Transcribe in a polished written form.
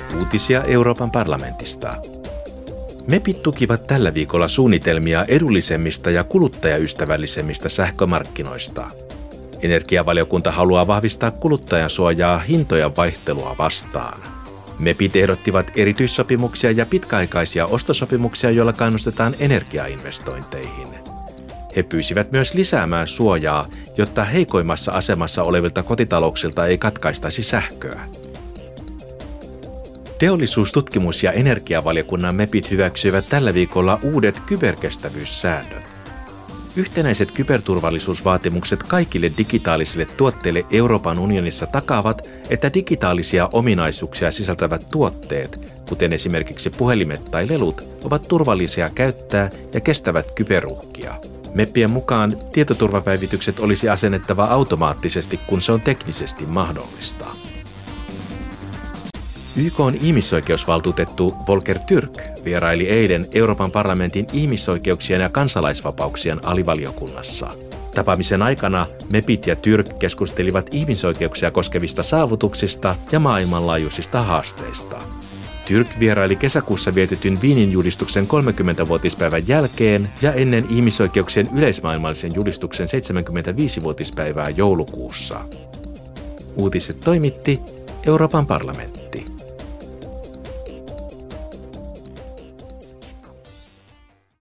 Uutisia Euroopan parlamentista. MEPit tukivat tällä viikolla suunnitelmia edullisemmista ja kuluttajaystävällisemmistä sähkömarkkinoista. Energiavaliokunta haluaa vahvistaa kuluttajansuojaa hintojen vaihtelua vastaan. MEPit ehdottivat erityissopimuksia ja pitkäaikaisia ostosopimuksia, joilla kannustetaan energiainvestointeihin. He pyysivät myös lisäämään suojaa, jotta heikoimmassa asemassa olevilta kotitalouksilta ei katkaistaisi sähköä. Teollisuus-, tutkimus- ja energiavaliokunnan MEPit hyväksyivät tällä viikolla uudet kyberkestävyyssäännöt. Yhtenäiset kyberturvallisuusvaatimukset kaikille digitaalisille tuotteille Euroopan unionissa takaavat, että digitaalisia ominaisuuksia sisältävät tuotteet, kuten esimerkiksi puhelimet tai lelut, ovat turvallisia käyttää ja kestävät kyberuhkia. MEPien mukaan tietoturvapäivitykset olisi asennettava automaattisesti, kun se on teknisesti mahdollista. YK:n ihmisoikeusvaltuutettu Volker Türk vieraili eilen Euroopan parlamentin ihmisoikeuksien ja kansalaisvapauksien alivaliokunnassa. Tapaamisen aikana MEPit ja Türk keskustelivat ihmisoikeuksia koskevista saavutuksista ja maailmanlaajuisista haasteista. Türk vieraili kesäkuussa vietetyn Wienin julistuksen 30-vuotispäivän jälkeen ja ennen ihmisoikeuksien yleismaailmallisen julistuksen 75-vuotispäivää joulukuussa. Uutiset toimitti Euroopan parlamentti.